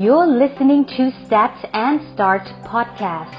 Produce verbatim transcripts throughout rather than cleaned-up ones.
You're listening to Stats and Start podcast.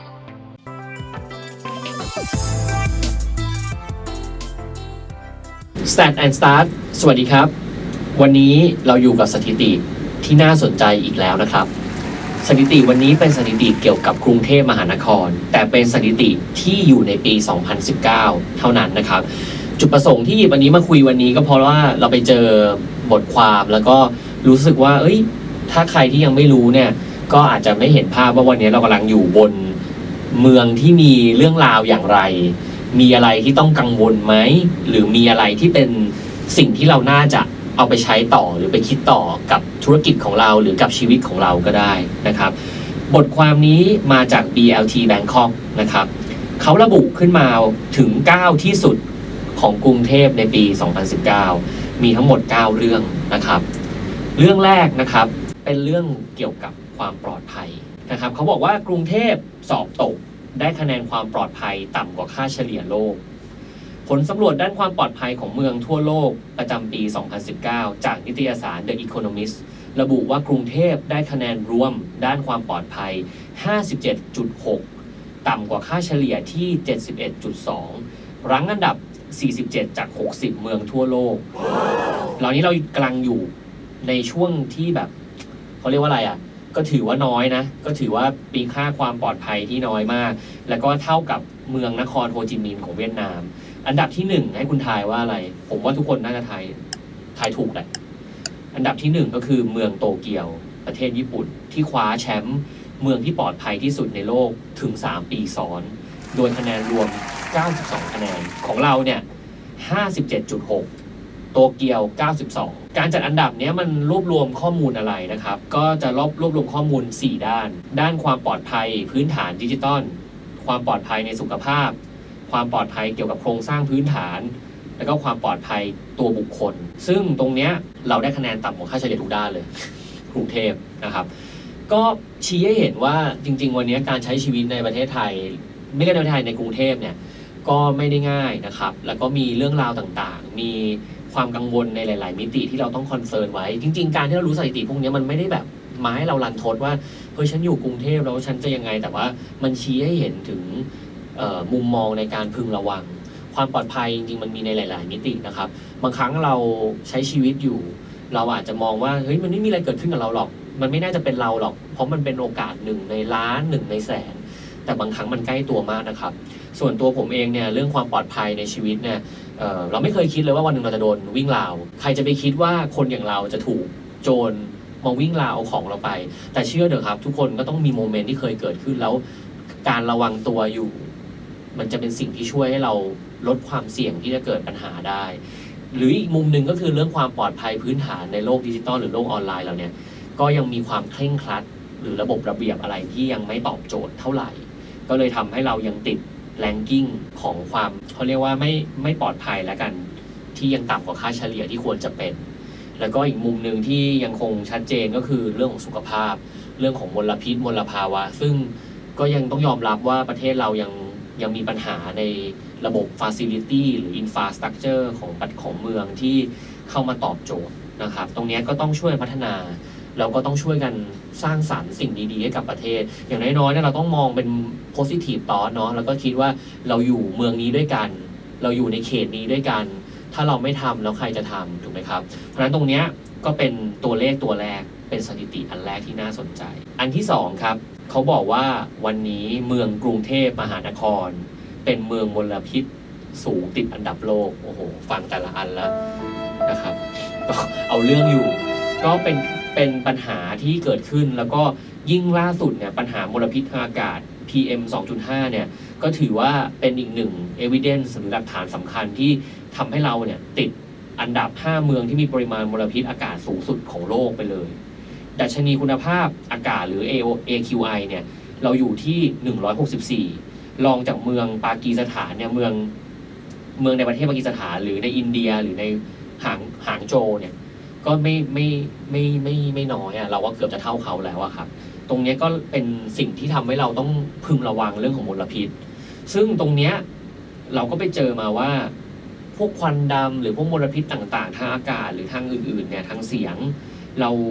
Stats and Start สวัสดีครับวันนี้เราอยู่กับสถิติที่น่าสนใจอีกแล้วนะครับสถิติวันนี้เป็นสถิติเกี่ยวกับกรุงเทพมหานครแต่เป็นสถิติที่อยู่ในปีสองพันสิบเก้าเท่านั้นนะครับจุดประสงค์ที่หยิบอันนี้มาคุยวันนี้ก็เพราะว่าเราไปเจอบทความแล้วก็รู้สึกว่าเอ้ยถ้าใครที่ยังไม่รู้เนี่ยก็อาจจะไม่เห็นภาพว่าวันนี้เรากำลังอยู่บนเมืองที่มีเรื่องราวอย่างไรมีอะไรที่ต้องกังวลไหมหรือมีอะไรที่เป็นสิ่งที่เราน่าจะเอาไปใช้ต่อหรือไปคิดต่อกับธุรกิจของเราหรือกับชีวิตของเราก็ได้นะครับบทความนี้มาจาก บี แอล ที Bangkok นะครับเขาระบุขึ้นมาถึงเก้าที่สุดของกรุงเทพในปีสองพันสิบเก้ามีทั้งหมดเก้าเรื่องนะครับเรื่องแรกนะครับเป็นเรื่องเกี่ยวกับความปลอดภัยนะครับเขาบอกว่ากรุงเทพสอบตกได้คะแนนความปลอดภัยต่ำกว่าค่าเฉลี่ยโลกผลสำรวจด้านความปลอดภัยของเมืองทั่วโลกประจำปีสองพันสิบเก้าจากนิตยสาร The Economist ระบุว่ากรุงเทพได้คะแนนรวมด้านความปลอดภัย ห้าสิบเจ็ดจุดหก ต่ำกว่าค่าเฉลี่ยที่ เจ็ดสิบเอ็ดจุดสอง รั้งอันดับสี่สิบเจ็ดจากหกสิบเมืองทั่วโลกเหล่านี้เรากำลังอยู่ในช่วงที่แบบเขาเรียกว่าอะไรอ่ะก็ถือว่าน้อยนะก็ถือว่ามีค่าความปลอดภัยที่น้อยมากแล้วก็เท่ากับเมืองนครโฮจิมินห์ของเวียดนามอันดับที่หนึ่งให้คุณทายว่าอะไรผมว่าทุกคนน่าจะทายทายถูกแหละอันดับที่หนึ่งก็คือเมืองโตเกียวประเทศญี่ปุ่นที่คว้าแชมป์เมืองที่ปลอดภัยที่สุดในโลกถึงสามปีซ้อนโดยคะแนนรวมเก้าสิบสองคะแนนของเราเนี่ย ห้าสิบเจ็ดจุดหกโตเกียวเก้าสิบสองการจัดอันดับนี้มันรวบรวมข้อมูลอะไรนะครับก็จะรวบรวบรวมข้อมูลสี่ด้านด้านความปลอดภัยพื้นฐานดิจิตอลความปลอดภัยในสุขภาพความปลอดภัยเกี่ยวกับโครงสร้างพื้นฐานแล้วก็ความปลอดภัยตัวบุคคลซึ่งตรงเนี้ยเราได้คะแนนต่ำกว่าค่าเฉลี่ยทุกด้านเลยกรุงเทพนะครับก็ชี้ให้เห็นว่าจริงๆวันนี้การใช้ชีวิตในประเทศไทยไม่ใช่ในประเทศไทยในกรุงเทพเนี่ยก็ไม่ได้ง่ายนะครับแล้วก็มีเรื่องราวต่างๆมีความกังวลในหลายๆมิติที่เราต้องคอนเซิร์นไว้จริงๆการที่เรารู้สถิติพวกนี้มันไม่ได้แบบมาให้เรารันทดว่าเฮ้ยฉันอยู่กรุงเทพแล้วฉันจะยังไงแต่ว่ามันชี้ให้เห็นถึงมุมมองในการพึงระวังความปลอดภัยจริงๆมันมีในหลายๆมิตินะครับบางครั้งเราใช้ชีวิตอยู่เราอาจจะมองว่าเฮ้ยมันไม่มีอะไรเกิดขึ้นกับเราหรอกมันไม่น่าจะเป็นเราหรอกเพราะมันเป็นโอกาสหนึ่งในล้านหนึ่งในแสนแต่บางครั้งมันใกล้ตัวมากนะครับส่วนตัวผมเองเนี่ยเรื่องความปลอดภัยในชีวิตเนี่ย เอ่อ เราไม่เคยคิดเลยว่าวันหนึ่งเราจะโดนวิ่งราวใครจะไปคิดว่าคนอย่างเราจะถูกโจรมาวิ่งราวเอาของเราไปแต่เชื่อเถอะครับทุกคนก็ต้องมีโมเมนต์ที่เคยเกิดขึ้นแล้วการระวังตัวอยู่มันจะเป็นสิ่งที่ช่วยให้เราลดความเสี่ยงที่จะเกิดปัญหาได้หรืออีกมุมหนึ่งก็คือเรื่องความปลอดภัยพื้นฐานในโลกดิจิตอลหรือโลกออนไลน์เราเนี่ยก็ยังมีความเคร่งครัดหรือระบบระเบียบอะไรที่ยังไม่ตอบโจทย์เท่าไหร่ก็เลยทำให้เรายังติดแรงกิ้งของความเขาเรียกว่าไม่ไม่ปลอดภัยแล้วกันที่ยังต่ำกว่าค่าเฉลี่ยที่ควรจะเป็นแล้วก็อีกมุมหนึ่งที่ยังคงชัดเจนก็คือเรื่องของสุขภาพเรื่องของมลพิษมลภาวะซึ่งก็ยังต้องยอมรับว่าประเทศเรายังยังมีปัญหาในระบบ facility หรือ infrastructure ของของเมืองที่เข้ามาตอบโจทย์นะครับตรงนี้ก็ต้องช่วยพัฒนาเราก็ต้องช่วยกันสร้างสรรค์สิ่งดีๆให้กับประเทศอย่างน้อยๆเนี่ยเราต้องมองเป็น positive thought เนาะแล้วก็คิดว่าเราอยู่เมืองนี้ด้วยกันเราอยู่ในเขตนี้ด้วยกันถ้าเราไม่ทำแล้วใครจะทำถูกไหมครับเพราะฉะนั้นตรงเนี้ยก็เป็นตัวเลขตัวแรกเป็นสถิติอันแรกที่น่าสนใจอันที่สองครับเขาบอกว่าวันนี้เมืองกรุงเทพมหานครเป็นเมืองมลพิษสูงติดอันดับโลกโอ้โหฟังแต่ละอันแล้วนะครับก็เอาเรื่องอยู่ก็เป็นเป็นปัญหาที่เกิดขึ้นแล้วก็ยิ่งล่าสุดเนี่ยปัญหามลพิษทางอากาศ พี เอ็ม สองจุดห้า เนี่ยก็ถือว่าเป็นอีกหนึ่ง evidence หรือหลักฐานสำคัญที่ทำให้เราเนี่ยติดอันดับห้าเมืองที่มีปริมาณมลพิษอากาศสูงสุดของโลกไปเลยดัชนีคุณภาพอากาศหรือ เอ คิว ไอ เนี่ยเราอยู่ที่หนึ่งร้อยหกสิบสี่รองจากเมืองปากีสถานเนี่ยเมืองเมืองในประเทศปากีสถานหรือในอินเดียหรือในหางหางโจวเนี่ยก็ไม่ไม่ไม่ไม่ไม่น้อยอ่ะเราว่าเกือบจะเท่าเขาแล้วอะครับตรงนี้ก็เป็นสิ่งที่ทำให้เราต้องพึงระวังเรื่องของมลพิษซึ่งตรงเนี้ยเราก็ไปเจอมาว่าพวกควันดำหรือพวกมลพิษต่างๆทางอากาศหรือทางอื่นๆเนี่ยทางเสียงเรา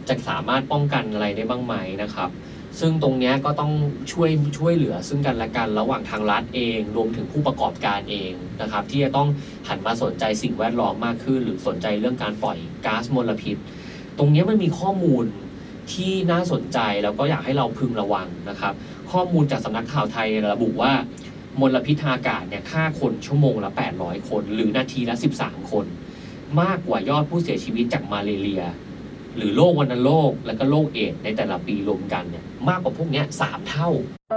จะสามารถป้องกันอะไรได้บ้างไหมนะครับซึ่งตรงนี้ก็ต้องช่วยช่วยเหลือซึ่งกันและกันระหว่างทางรัฐเองรวมถึงผู้ประกอบการเองนะครับที่จะต้องหันมาสนใจสิ่งแวดล้อมมากขึ้นหรือสนใจเรื่องการปล่อยก๊าซมลพิษตรงนี้มันมีข้อมูลที่น่าสนใจแล้วก็อยากให้เราพึงระวังนะครับข้อมูลจากสำนักข่าวไทยระบุว่ามลพิษทางอากาศเนี่ยฆ่าคนชั่วโมงละแปดร้อยคนหรือนาทีละสิบสามคนมากกว่ายอดผู้เสียชีวิตจากมาเลเรียหรือโรควัณโรคและก็โรคเอดส์ในแต่ละปีรวมกันเนี่ยมากกว่าพวกนี้สามเท่า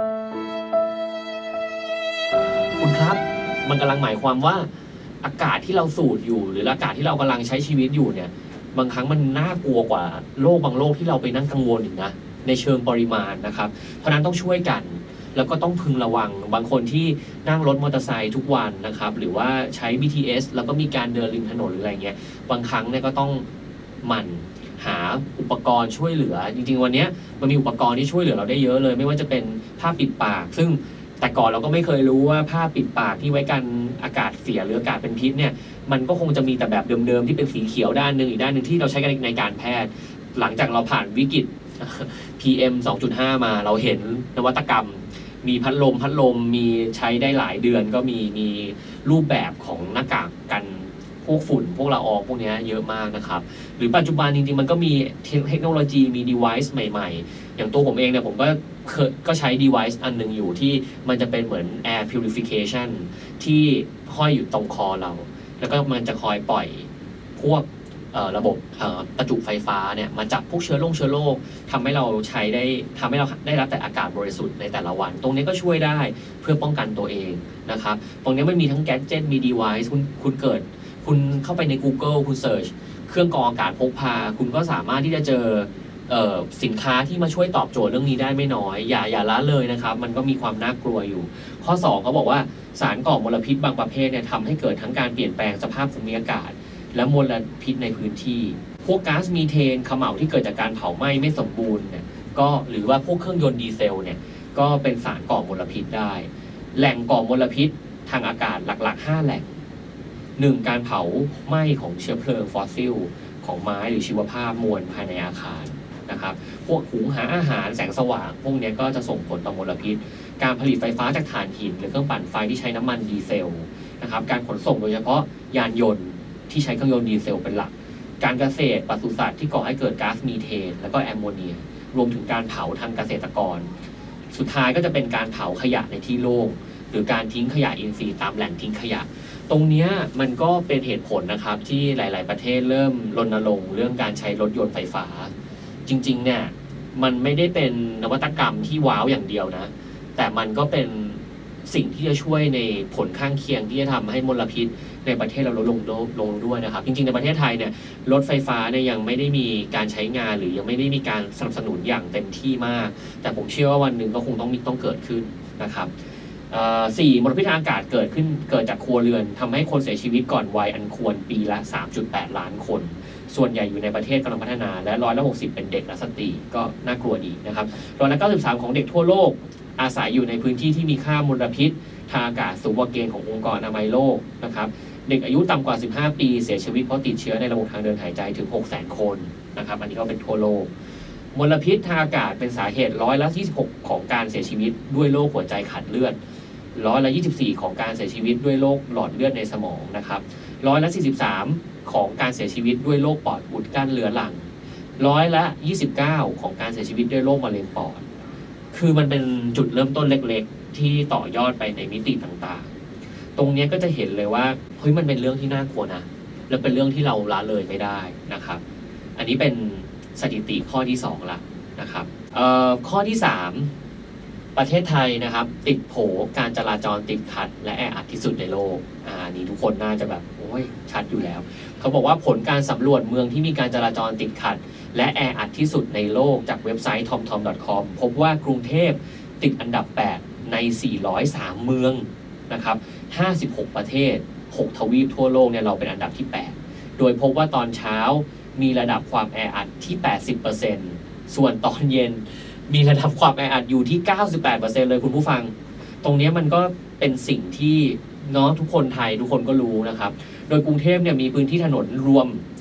คุณครับมันกำลังหมายความว่าอากาศที่เราสูดอยู่หรืออากาศที่เรากำลังใช้ชีวิตอยู่เนี่ยบางครั้งมันน่ากลัวกว่าโรคบางโรคที่เราไปนั่งกังวลอีกนะในเชิงปริมาณนะครับเพราะนั้นต้องช่วยกันแล้วก็ต้องพึงระวังบางคนที่นั่งรถมอเตอร์ไซค์ทุกวันนะครับหรือว่าใช้ บี ที เอส แล้วก็มีการเดินริมถนนอะไรเงี้ยบางครั้งเนี่ยก็ต้องหมั่นหาอุปกรณ์ช่วยเหลือจริงๆวันนี้มันมีอุปกรณ์ที่ช่วยเหลือเราได้เยอะเลยไม่ว่าจะเป็นผ้าปิดปากซึ่งแต่ก่อนเราก็ไม่เคยรู้ว่าผ้าปิดปากที่ไว้กันอากาศเสียหรืออากาศเป็นพิษเนี่ยมันก็คงจะมีแต่แบบเดิมๆที่เป็นสีเขียวด้านนึงอีกด้านนึงที่เราใช้กันในการแพทย์หลังจากเราผ่านวิกฤต พี เอ็ม สองจุดห้า มาเราเห็นนวัตกรรมมีพัดลมพัดลมมีใช้ได้หลายเดือนก็มีมีรูปแบบของหน้ากากกันพวกฝุ่นพวกละอองพวกนี้เยอะมากนะครับหรือปัจจุบันจริงๆมันก็มีเทคโนโลยีมี device ใหม่ๆอย่างตัวผมเองเนี่ยผมก็เคยก็ใช้ device อันหนึ่งอยู่ที่มันจะเป็นเหมือน air purification ที่ห้อยอยู่ตรงคอเราแล้วก็มันจะคอยปล่อยพวกระบบประจุไฟฟ้าเนี่ยมาจับพวกเชื้อโรคเชื้อโรคทำให้เราใช้ได้ทำให้เราได้รับแต่อากาศบริสุทธิ์ในแต่ละวันตรงนี้ก็ช่วยได้เพื่อป้องกันตัวเองนะครับตรงนี้มันมีทั้งแกดเจ็ตมี device คุณคุณเกิดคุณเข้าไปใน Google คุณ search เครื่องกรองอากาศพกพาคุณก็สามารถที่จะเจอสินค้าที่มาช่วยตอบโจทย์เรื่องนี้ได้ไม่น้อยอย่าอย่าละเลยนะครับมันก็มีความน่ากลัวอยู่ข้อสองเขาบอกว่าสารก่อมลพิษบางประเภทเนี่ยทำให้เกิดทั้งการเปลี่ยนแปลงสภาพภูมิอากาศและมลพิษในพื้นที่พวกก๊าซมีเทนเขม่าที่เกิดจากการเผาไหม้ไม่สมบูรณ์เนี่ยก็หรือว่าพวกเครื่องยนต์ดีเซลเนี่ยก็เป็นสารก่อมลพิษได้แหล่งก่อมลพิษทางอากาศหลักๆห้าแหล่งหนึ่งการเผาไหม้ของเชื้อเพลิงฟอสซิลของไม้หรือชีวภาพมวลภายในอาคารนะครับพวกหุงหาอาหารแสงสว่างพวกนี้ก็จะส่งผลต่อมลพิษการผลิตไฟฟ้าจากถ่านหินหรือเครื่องปั่นไฟที่ใช้น้ำมันดีเซลนะครับการขนส่งโดยเฉพาะยานยนต์ที่ใช้เครื่องยนต์ดีเซลเป็นหลักการเกษตรปศุสัตว์ที่ก่อให้เกิดก๊าซมีเทนและก็แอมโมเนียรวมถึงการเผาทางเกษตรกรสุดท้ายก็จะเป็นการเผาขยะในที่โล่งหรือการทิ้งขยะอินทรีย์ตามแหล่งทิ้งขยะตรงนี้มันก็เป็นเหตุผลนะครับที่หลายๆประเทศเริ่มรณรงค์เรื่องการใช้รถยนต์ไฟฟ้าจริงๆเนี่ยมันไม่ได้เป็นนวัตกรรมที่ว้าวอย่างเดียวนะแต่มันก็เป็นสิ่งที่จะช่วยในผลข้างเคียงที่จะทำให้มลพิษในประเทศเราลดลงลงด้วยนะครับจริงๆในประเทศไทยเนี่ยรถไฟฟ้าเนี่ยยังไม่ได้มีการใช้งานหรือยังไม่ได้มีการสนับสนุนอย่างเต็มที่มากแต่ผมเชื่อว่าวันหนึ่งก็คงต้องมีต้องเกิดขึ้นนะครับสี่มลพิษทางอากาศเกิดขึ้นเกิดจากครัวเรือนทำให้คนเสียชีวิตก่อนวัยอันควรปีละ สามจุดแปด ล้านคนส่วนใหญ่อยู่ในประเทศกำลังพัฒนาและร้อยละหกสิบเป็นเด็กและสตรีก็น่ากลัวดีนะครับร้อยละเก้าสิบสามของเด็กทั่วโลกอาศัยอยู่ในพื้นที่ที่มีค่ามลพิษทางอากาศสูงกว่าเกณฑ์ขององค์กรอนามัยโลกนะครับเด็กอายุต่ำกว่าสิบห้าปีเสียชีวิตเพราะติดเชื้อในระบบทางเดินหายใจถึง หกแสน คนนะครับอันนี้ก็เป็นทั่วโลกมลพิษทางอากาศเป็นสาเหตุร้อยละยี่สิบหกของการเสียชีวิตด้วยโรคหัวใจขาดเลือดร้อยละยี่สิบสี่ของการเสียชีวิตด้วยโรคหลอดเลือดในสมองนะครับร้อยละสี่สิบสามของการเสียชีวิตด้วยโรคปอดอุดกั้นเรื้อรังร้อยละยี่สิบเก้าของการเสียชีวิตด้วยโรคมะเร็งปอดคือมันเป็นจุดเริ่มต้นเล็กๆที่ต่อยอดไปในมิติต่างๆตรงนี้ก็จะเห็นเลยว่าเฮ้ยมันเป็นเรื่องที่น่ากลัวนะและเป็นเรื่องที่เราละเลยไม่ได้นะครับอันนี้เป็นสถิติข้อที่สองละนะครับเอ่อข้อที่สามประเทศไทยนะครับติดโผการจราจรติดขัดและแออัดที่สุดในโลกอ่านี่ทุกคนน่าจะแบบโอ้ยชัดอยู่แล้วเขาบอกว่าผลการสำรวจเมืองที่มีการจราจรติดขัดและแออัดที่สุดในโลกจากเว็บไซต์ ทอมทอม ดอท คอม พบว่ากรุงเทพติดอันดับแปดในสี่ร้อยสามเมืองนะครับห้าสิบหกประเทศหกทวีปทั่วโลกเนี่ยเราเป็นอันดับที่แปดโดยพบว่าตอนเช้ามีระดับความแออัดที่ แปดสิบเปอร์เซ็นต์ ส่วนตอนเย็นมีระดับความแออัดอยู่ที่ เก้าสิบแปดเปอร์เซ็นต์ เลยคุณผู้ฟังตรงนี้มันก็เป็นสิ่งที่เนาะทุกคนไทยทุกคนก็รู้นะครับโดยกรุงเทพเนี่ยมีพื้นที่ถนนรวม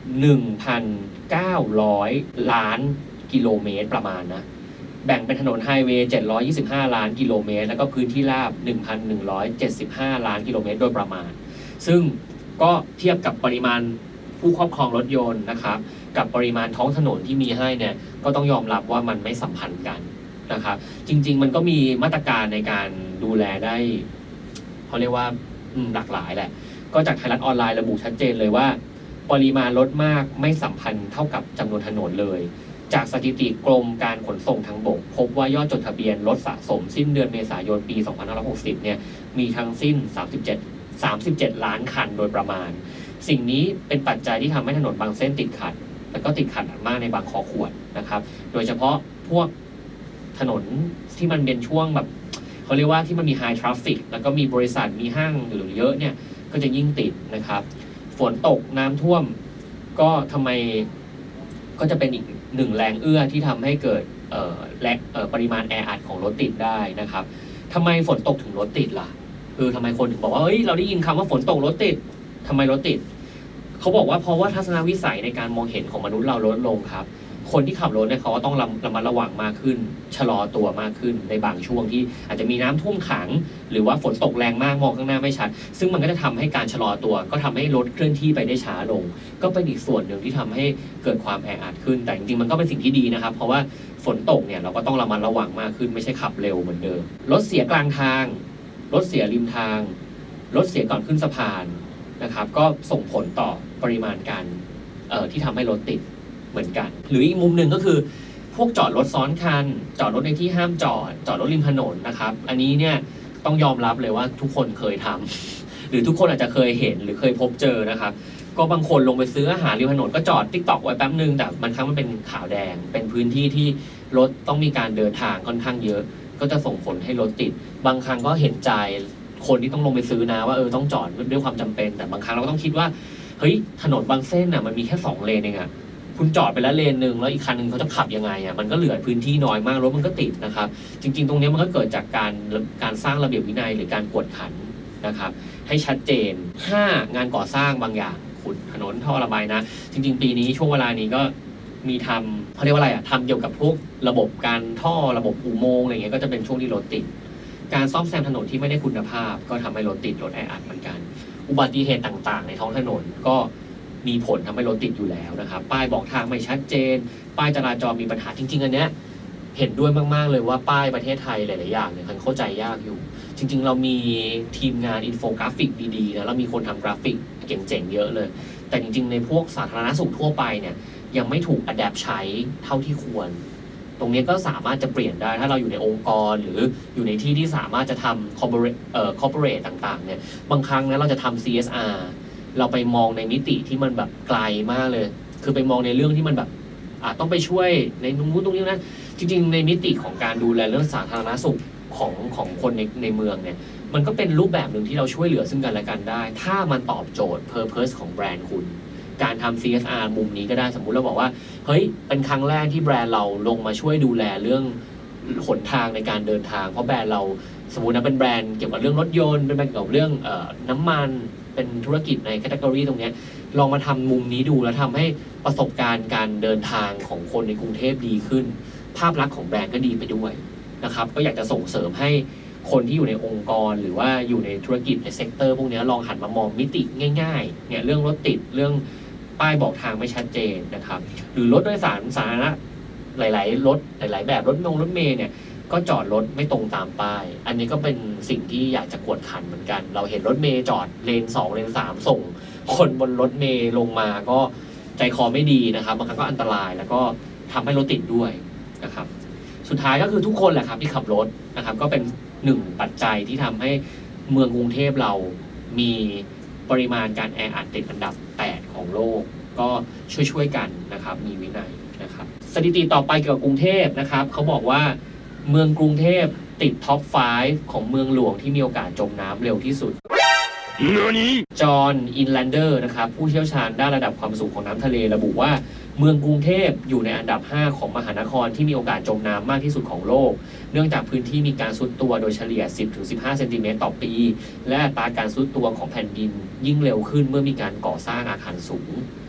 หนึ่งพันเก้าร้อย ล้านกิโลเมตรประมาณนะแบ่งเป็นถนนไฮเวย์เจ็ดร้อยยี่สิบห้าล้านกิโลเมตรแล้วก็พื้นที่ราบ หนึ่งพันหนึ่งร้อยเจ็ดสิบห้า ล้านกิโลเมตรโดยประมาณซึ่งก็เทียบกับปริมาณผู้ครอบครองรถยนต์นะครับกับปริมาณท้องถนนที่มีให้เนี่ยก็ต้องยอมรับว่ามันไม่สัมพันธ์กันนะครับจริงๆมันก็มีมาตรการในการดูแลได้เขาเรียกว่าหลากหลายแหละก็จากไทยรัฐออนไลน์ระบุชัดเจนเลยว่าปริมาณรถมากไม่สัมพันธ์เท่ากับจำนวนถนนเลยจากสถิติกรมการขนส่งทางบกพบว่ายอดจดทะเบียนรถสะสมสิ้นเดือนเมษายนปีสองพันห้าร้อยหกสิบเนี่ยมีทั้งสิ้นสามสิบเจ็ด สามสิบเจ็ดล้านคันโดยประมาณสิ่งนี้เป็นปัจจัยที่ทำให้ถนนบางเส้นติดขัดแล้วก็ติดขัดมากในบางคอขวดนะครับโดยเฉพาะพวกถนนที่มันเป็นช่วงแบบเขาเรียกว่าที่มันมีไฮทราฟฟิกแล้วก็มีบริษัทมีห้างหรือเยอะเนี่ยก็จะยิ่งติดนะครับฝนตกน้ำท่วมก็ทำไมก็จะเป็นอีกหนึ่งแรงเอื้อที่ทำให้เกิดเอ่อและเอ่อปริมาณแออัดของรถติดได้นะครับทำไมฝนตกถึงรถติดล่ะเออทำไมคนถึงบอกว่าเฮ้ยเราได้ยินคำว่าฝนตกรถติดทำไมรถติดเขาบอกว่าเพราะว่าทัศนวิสัยในการมองเห็นของมนุษย์เราลดลงครับคนที่ขับรถเนี่ยเขาก็ต้องระมัดระวังมากขึ้นชะลอตัวมากขึ้นในบางช่วงที่อาจจะมีน้ำท่วมขังหรือว่าฝนตกแรงมากมองข้างหน้าไม่ชัดซึ่งมันก็จะทำให้การชะลอตัวก็ทำให้รถเคลื่อนที่ไปได้ช้าลงก็เป็นอีกส่วนหนึ่งที่ทำให้เกิดความแออัดขึ้นแต่จริงๆมันก็เป็นสิ่งที่ดีนะครับเพราะว่าฝนตกเนี่ยเราก็ต้องระมัดระวังมากขึ้นไม่ใช่ขับเร็วเหมือนเดิมรถเสียกลางทางรถเสียริมทางรถเสียก่อนขึ้นสะพานนะครับก็ส่งผลต่อปริมาณการเอ่อที่ทำให้รถติดเหมือนกันหรืออีกมุมหนึ่งก็คือพวกจอดรถซ้อนคันจอดรถในที่ห้ามจอดจอดรถริมถนนนะครับอันนี้เนี่ยต้องยอมรับเลยว่าทุกคนเคยทำหรือทุกคนอาจจะเคยเห็นหรือเคยพบเจอนะครับก็บางคนลงไปซื้ออาหารริมถนนก็จอด TikTok ไว้แป๊บนึงแต่บางครั้งมันเป็นขาวแดงเป็นพื้นที่ที่รถต้องมีการเดินทางค่อนข้างเยอะก็จะส่งผลให้รถติดบางครั้งก็เห็นใจคนที่ต้องลงไปซื้อนะว่าเออต้องจอดด้วยความจำเป็นแต่บางครั้งเราก็ต้องคิดว่าเฮ้ยถนนบางเส้นน่ะมันมีแค่สองเลนเองอะคุณจอดไปแล้วเลนหนึ่งแล้วอีกคันหนึ่งเขาจะขับยังไงอ่ะมันก็เหลือพื้นที่น้อยมากรถมันก็ติดนะครับจริงๆตรงนี้มันก็เกิดจากการการสร้างระเบียบวินัยหรือการกวดขันนะครับให้ชัดเจนห้างานก่อสร้างบางอย่างขุดถนนท่อระบายนะจริงๆปีนี้ช่วงเวลานี้ก็มีทำเขาเรียกว่าอะไรอ่ะทำเกี่ยวกับพวกระบบการท่อระบบอุโมงค์อะไรเงี้ยก็จะเป็นช่วงที่รถติดการซ่อมแซมถนนที่ไม่ได้คุณภาพก็ทำให้รถติดรถแออัดเหมือนกันอุบัติเหตุต่างๆในท้องถนนก็มีผลทำให้รถติดอยู่แล้วนะครับป้ายบอกทางไม่ชัดเจนป้ายจราจรมีปัญหาจริงๆอันเนี้ยเห็นด้วยมากๆเลยว่าป้ายประเทศไทยหลายๆอย่างเนี่ยมันเข้าใจยากอยู่จริงๆเรามีทีมงานอินโฟกราฟิกดีๆนะเรามีคนทำกราฟิกเจ๋งๆเยอะเลยแต่จริงๆในพวกสาธารณสุขทั่วไปเนี่ยยังไม่ถูกอัดแอปใช้เท่าที่ควรตรงนี้ก็สามารถจะเปลี่ยนได้ถ้าเราอยู่ในองค์กรหรืออยู่ในที่ที่สามารถจะทำ corporate เอ่อ corporate ต่างๆเนี่ยบางครั้งนะเราจะทำ ซี เอส อาร์เราไปมองในมิติที่มันแบบไกลมากเลยคือไปมองในเรื่องที่มันแบบอาจต้องไปช่วยในตรงนู้นตรงนี้นะจริงๆในมิติของการดูแลเรื่องสาธารณสุขของของคนในในเมืองเนี่ยมันก็เป็นรูปแบบหนึ่งที่เราช่วยเหลือซึ่งกันและกันได้ถ้ามันตอบโจทย์ purpose ของแบรนด์คุณการทำ ซี เอส อาร์ มุมนี้ก็ได้สมมุติเราบอกว่าเฮ้ยเป็นครั้งแรกที่แบรนด์เราลงมาช่วยดูแลเรื่องหนทางในการเดินทางเพราะแบรนด์เราสมมุตินะเป็นแบรนด์เกี่ยวกับเรื่องรถยนต์เป็นแบรนด์เกี่ยวกับเรื่องเอ่อน้ำมันเป็นธุรกิจในแคตตากรีตรงนี้ลองมาทำมุมนี้ดูแล้วทำให้ประสบการณ์การเดินทางของคนในกรุงเทพดีขึ้นภาพลักษณ์ของแบรนด์ก็ดีไปด้วยนะครับก็อยากจะส่งเสริมให้คนที่อยู่ในองค์กรหรือว่าอยู่ในธุรกิจในเซกเตอร์พวกนี้ลองหันมามองมิติง่ายๆเนี่ยเรื่องรถติดเรื่องป้ายบอกทางไม่ชัดเจนนะครับหรือรถโดยสารสาธารณะหลายๆรถหลายๆแบบรถมงรถเมล์เนี่ยก็จอดรถไม่ตรงตามป้ายอันนี้ก็เป็นสิ่งที่อยากจะกวดขันเหมือนกันเราเห็นรถเมล์จอดเลนสองเลนสามส่งคนบนรถเมล์ลงมาก็ใจคอไม่ดีนะครับบางครั้งก็อันตรายแล้วก็ทำให้รถติดด้วยนะครับสุดท้ายก็คือทุกคนแหละครับที่ขับรถนะครับก็เป็นหนึ่งปัจจัยที่ทำให้เมืองกรุงเทพเรามีปริมาณการแออัดติดอันดับแปดของโลกก็ช่วยๆกันนะครับมีวินัยนะครับสถิติต่อไปเกี่ยวกับกรุงเทพนะครับเขาบอกว่าเมืองกรุงเทพติดท็อปห้าของเมืองหลวงที่มีโอกาสจมน้ำเร็วที่สุดจอห์นอินแลนเดอร์นะครับผู้เชี่ยวชาญด้านระดับความสูงของน้ำทะเลระบุว่าเมืองกรุงเทพอยู่ในอันดับห้าของมหานครที่มีโอกาสจมน้ำมากที่สุดของโลกเนื่องจากพื้นที่มีการทรุดตัวโดยเฉลี่ย สิบถึงสิบห้า เซนติเมตรต่อปีและอัตราการทรุดตัวของแผ่นดินยิ่งเร็วขึ้นเมื่อมีการก่อสร้างอาคารสูง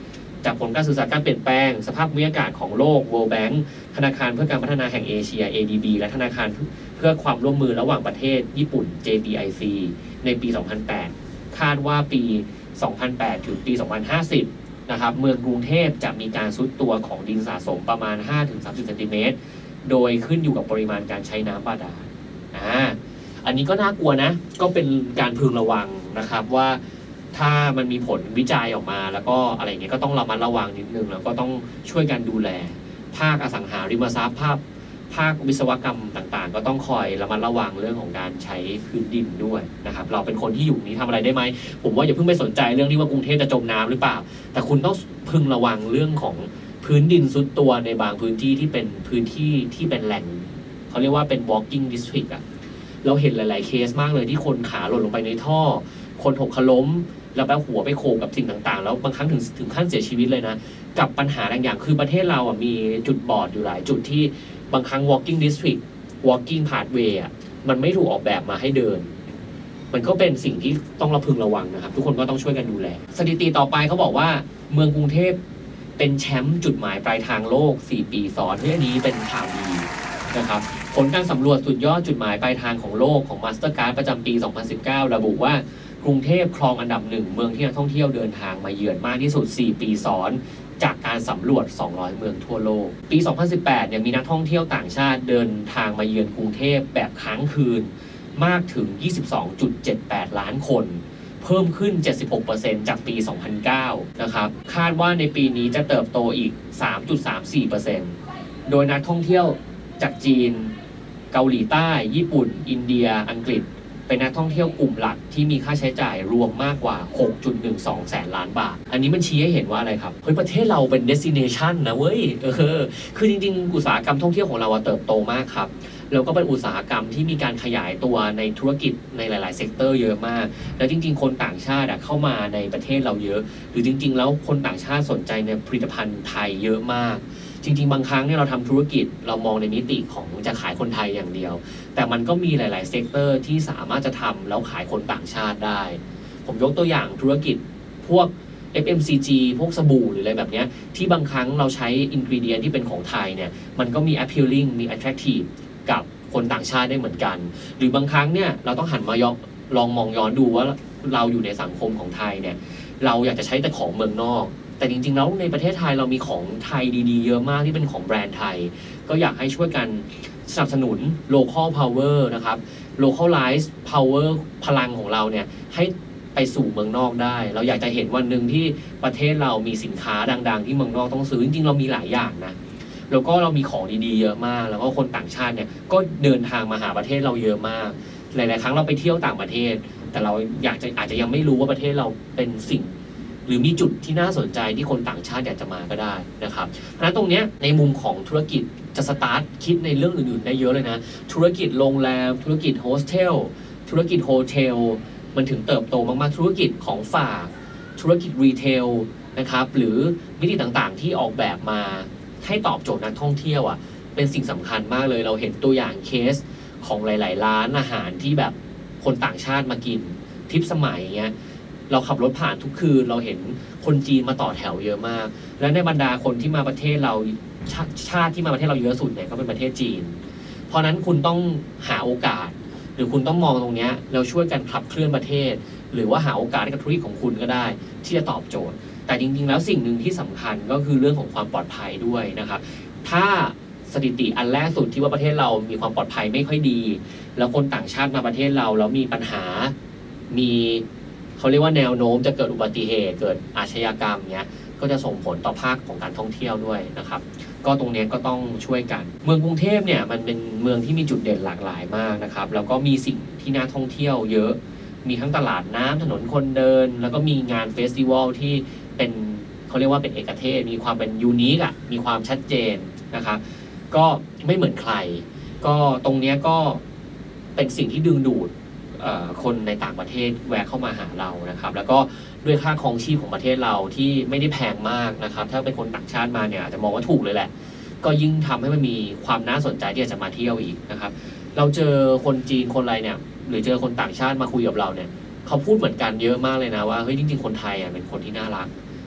จากผลการศึกษาการเปลี่ยนแปลงสภาพภูมิอากาศของโลก World Bank ธนาคารเพื่อการพัฒนาแห่งเอเชีย เอ ดี บี และธนาคารเพื่อความร่วมมือระหว่างประเทศญี่ปุ่น เจ บี ไอ ซี ในปี สองพันแปด คาดว่าปี สองพันแปด ถึงปี สองพันห้าสิบ นะครับเมืองกรุงเทพจะมีการทรุดตัวของดินสะสมประมาณ ห้าถึงสามสิบ เซนติเมตร โดยขึ้นอยู่กับปริมาณการใช้น้ำบาดาลอ่าอันนี้ก็น่ากลัวนะก็เป็นการพึงระวังนะครับว่าถ้ามันมีผลวิจัยออกมาแล้วก็อะไรเงี้ยก็ต้องระมัดระวังนิดนึงแล้วก็ต้องช่วยกันดูแลภาคอสังหาริมทรัพย์ภาคภาควิศวกรรมต่างๆก็ต้องคอยระมัดระวังเรื่องของการใช้พื้นดินด้วยนะครับเราเป็นคนที่อยู่นี้ทำอะไรได้ไหมผมว่าอย่าเพิ่งไปสนใจเรื่องที่ว่ากรุงเทพจะจมน้ำหรือเปล่าแต่คุณต้องพึงระวังเรื่องของพื้นดินซุดตัวในบางพื้นที่ที่เป็นพื้นที่ที่เป็นแหล่งเขาเรียกว่าเป็น walking district อะเราเห็นหลายๆเคสมากเลยที่คนขาหล่นลงไปในท่อคนหกล้มแล้วแปะหัวไปโขกกับสิ่งต่างๆแล้วบางครั้งถึงถึงขั้นเสียชีวิตเลยนะกับปัญหาบางอย่างคือประเทศเราอ่ะมีจุดบอดอยู่หลายจุดที่บางครั้ง walking district walking pathway อ่ะมันไม่ถูกออกแบบมาให้เดินมันก็เป็นสิ่งที่ต้องระพึงระวังนะครับทุกคนก็ต้องช่วยกันดูแลสถิติต่อไปเขาบอกว่าเมืองกรุงเทพเป็นแชมป์จุดหมายปลายทางโลกสี่ปีซ้อนเรื่องนี้เป็นข่าวดีนะครับผลการสำรวจสุดยอดจุดหมายปลายทางของโลกของ Mastercard ประจำปี สองพันสิบเก้า ระบุว่ากรุงเทพครองอันดับหนึ่งเมืองที่นักท่องเที่ยวเดินทางมาเยือนมากที่สุดสี่ปีซ้อนจากการสำรวจสองร้อยเมืองทั่วโลกปี สองพันสิบแปด เนี่ยมีนักท่องเที่ยวต่างชาติเดินทางมาเยือนกรุงเทพแบบค้างคืนมากถึง ยี่สิบสองจุดเจ็ดแปด ล้านคนเพิ่มขึ้น เจ็ดสิบหกเปอร์เซ็นต์ จากปี สองพันเก้า นะครับคาดว่าในปีนี้จะเติบโตอีก สามจุดสามสี่เปอร์เซ็นต์ โดยนักท่องเที่ยวจากจีนเกาหลีใต้ญี่ปุ่นอินเดียอังกฤษเป็นนักท่องเที่ยวกลุ่มหลักที่มีค่าใช้จ่ายรวมมากกว่า หกจุดหนึ่งสอง แสนล้านบาทอันนี้มันชี้ให้เห็นว่าอะไรครับเฮ้ยประเทศเราเป็น destination นะเว้ยเออคือจริงๆอุตสาหกรรมท่องเที่ยวของเราเติบโตมากครับแล้วก็เป็นอุตสาหกรรมที่มีการขยายตัวในธุรกิจในหลายๆเซกเตอร์เยอะมากแล้วจริงๆคนต่างชาติเข้ามาในประเทศเราเยอะหรือจริงๆแล้วคนต่างชาติสนใจในผลิตภัณฑ์ไทยเยอะมากจริงๆบางครั้งเนี่ยเราทำธุรกิจเรามองในมิติของจะขายคนไทยอย่างเดียวแต่มันก็มีหลายๆเซกเตอร์ที่สามารถจะทำแล้วขายคนต่างชาติได้ผมยกตัวอย่างธุรกิจพวก เอฟ เอ็ม ซี จี พวกสบู่หรืออะไรแบบนี้ที่บางครั้งเราใช้อินกรีเดียนที่เป็นของไทยเนี่ยมันก็มี appealing มี attractive กับคนต่างชาติได้เหมือนกันหรือบางครั้งเนี่ยเราต้องหันมายองลองมองย้อนดูว่าเราอยู่ในสังคมของไทยเนี่ยเราอยากจะใช้แต่ของเมืองนอกแต่จริงๆแล้วในประเทศไทยเรามีของไทยดีๆเยอะมากที่เป็นของแบรนด์ไทยก็อยากให้ช่วยกันสนับสนุน local power นะครับ localize power พลังของเราเนี่ยให้ไปสู่เมืองนอกได้เราอยากจะเห็นวันหนึ่งที่ประเทศเรามีสินค้าดังๆที่เมืองนอกต้องซื้อจริงๆเรามีหลายอย่างนะแล้วก็เรามีของดีๆเยอะมากแล้วก็คนต่างชาติเนี่ยก็เดินทางมาหาประเทศเราเยอะมากหลายๆครั้งเราไปเที่ยวต่างประเทศแต่เราอยากจะอาจจะยังไม่รู้ว่าประเทศเราเป็นสิ่งหรือมีจุดที่น่าสนใจที่คนต่างชาติอยากจะมาก็ได้นะครับเพราะฉะนั้นตรงนี้ในมุมของธุรกิจจะสตาร์ทคิดในเรื่องอื่นๆได้เยอะเลยนะธุรกิจโรงแรมธุรกิจโฮสเทลธุรกิจโฮเทลมันถึงเติบโตมากๆธุรกิจของฝากธุรกิจรีเทลนะครับหรือมิติต่างๆที่ออกแบบมาให้ตอบโจทย์นักท่องเที่ยวอ่ะเป็นสิ่งสำคัญมากเลยเราเห็นตัวอย่างเคสของหลายๆร้านอาหารที่แบบคนต่างชาติมากินทิปสมัยเงี้ยเราขับรถผ่านทุกคืนเราเห็นคนจีนมาต่อแถวเยอะมากและในบรรดาคนที่มาประเทศเราชาชาติที่มาประเทศเราเยอะสุดเนี่ยก็เป็นประเทศจีนเพราะนั้นคุณต้องหาโอกาสหรือคุณต้องมองตรงนี้เราช่วยกันขับเคลื่อนประเทศหรือว่าหาโอกาสให้กับธุรกิจของคุณก็ได้ที่จะตอบโจทย์แต่จริงๆแล้วสิ่งหนึ่งที่สำคัญก็คือเรื่องของความปลอดภัยด้วยนะครับถ้าสถิติอันแรกสุดที่ว่าประเทศเรามีความปลอดภัยไม่ค่อยดีแล้วคนต่างชาติมาประเทศเราแล้วมีปัญหามีเขาเรียกว่าแนวโน้มจะเกิดอุบัติเหตุเกิดอาชญากรรมเนี้ยก็จะส่งผลต่อภาคของการท่องเที่ยวด้วยนะครับก็ตรงนี้ก็ต้องช่วยกันเมืองกรุงเทพเนี่ยมันเป็นเมืองที่มีจุดเด่นหลากหลายมากนะครับแล้วก็มีสิ่งที่น่าท่องเที่ยวเยอะมีทั้งตลาดน้ำถนนคนเดินแล้วก็มีงานเฟสติวัลที่เป็นเขาเรียกว่าเป็นเอกเทศมีความเป็นยูนิคอ่ะมีความชัดเจนนะครับก็ไม่เหมือนใครก็ตรงนี้ก็เป็นสิ่งที่ดึงดูดคนในต่างประเทศแวะเข้ามาหาเรานะครับแล้วก็ด้วยค่าครองชีพของประเทศเราที่ไม่ได้แพงมากนะครับถ้าเป็นคนต่างชาติมาเนี่ยอาจจะมองว่าถูกเลยแหละก็ยิ่งทำให้มันมีความน่าสนใจที่จะมาเที่ยวอีกนะครับเราเจอคนจีนคนอะไรเนี่ยหรือเจอคนต่างชาติมาคุยกับเราเนี่ยเขาพูดเหมือนกันเยอะมากเลยนะว่าเฮ้ยจริงๆคนไทยอ่ะเป็นคนที่น่ารัก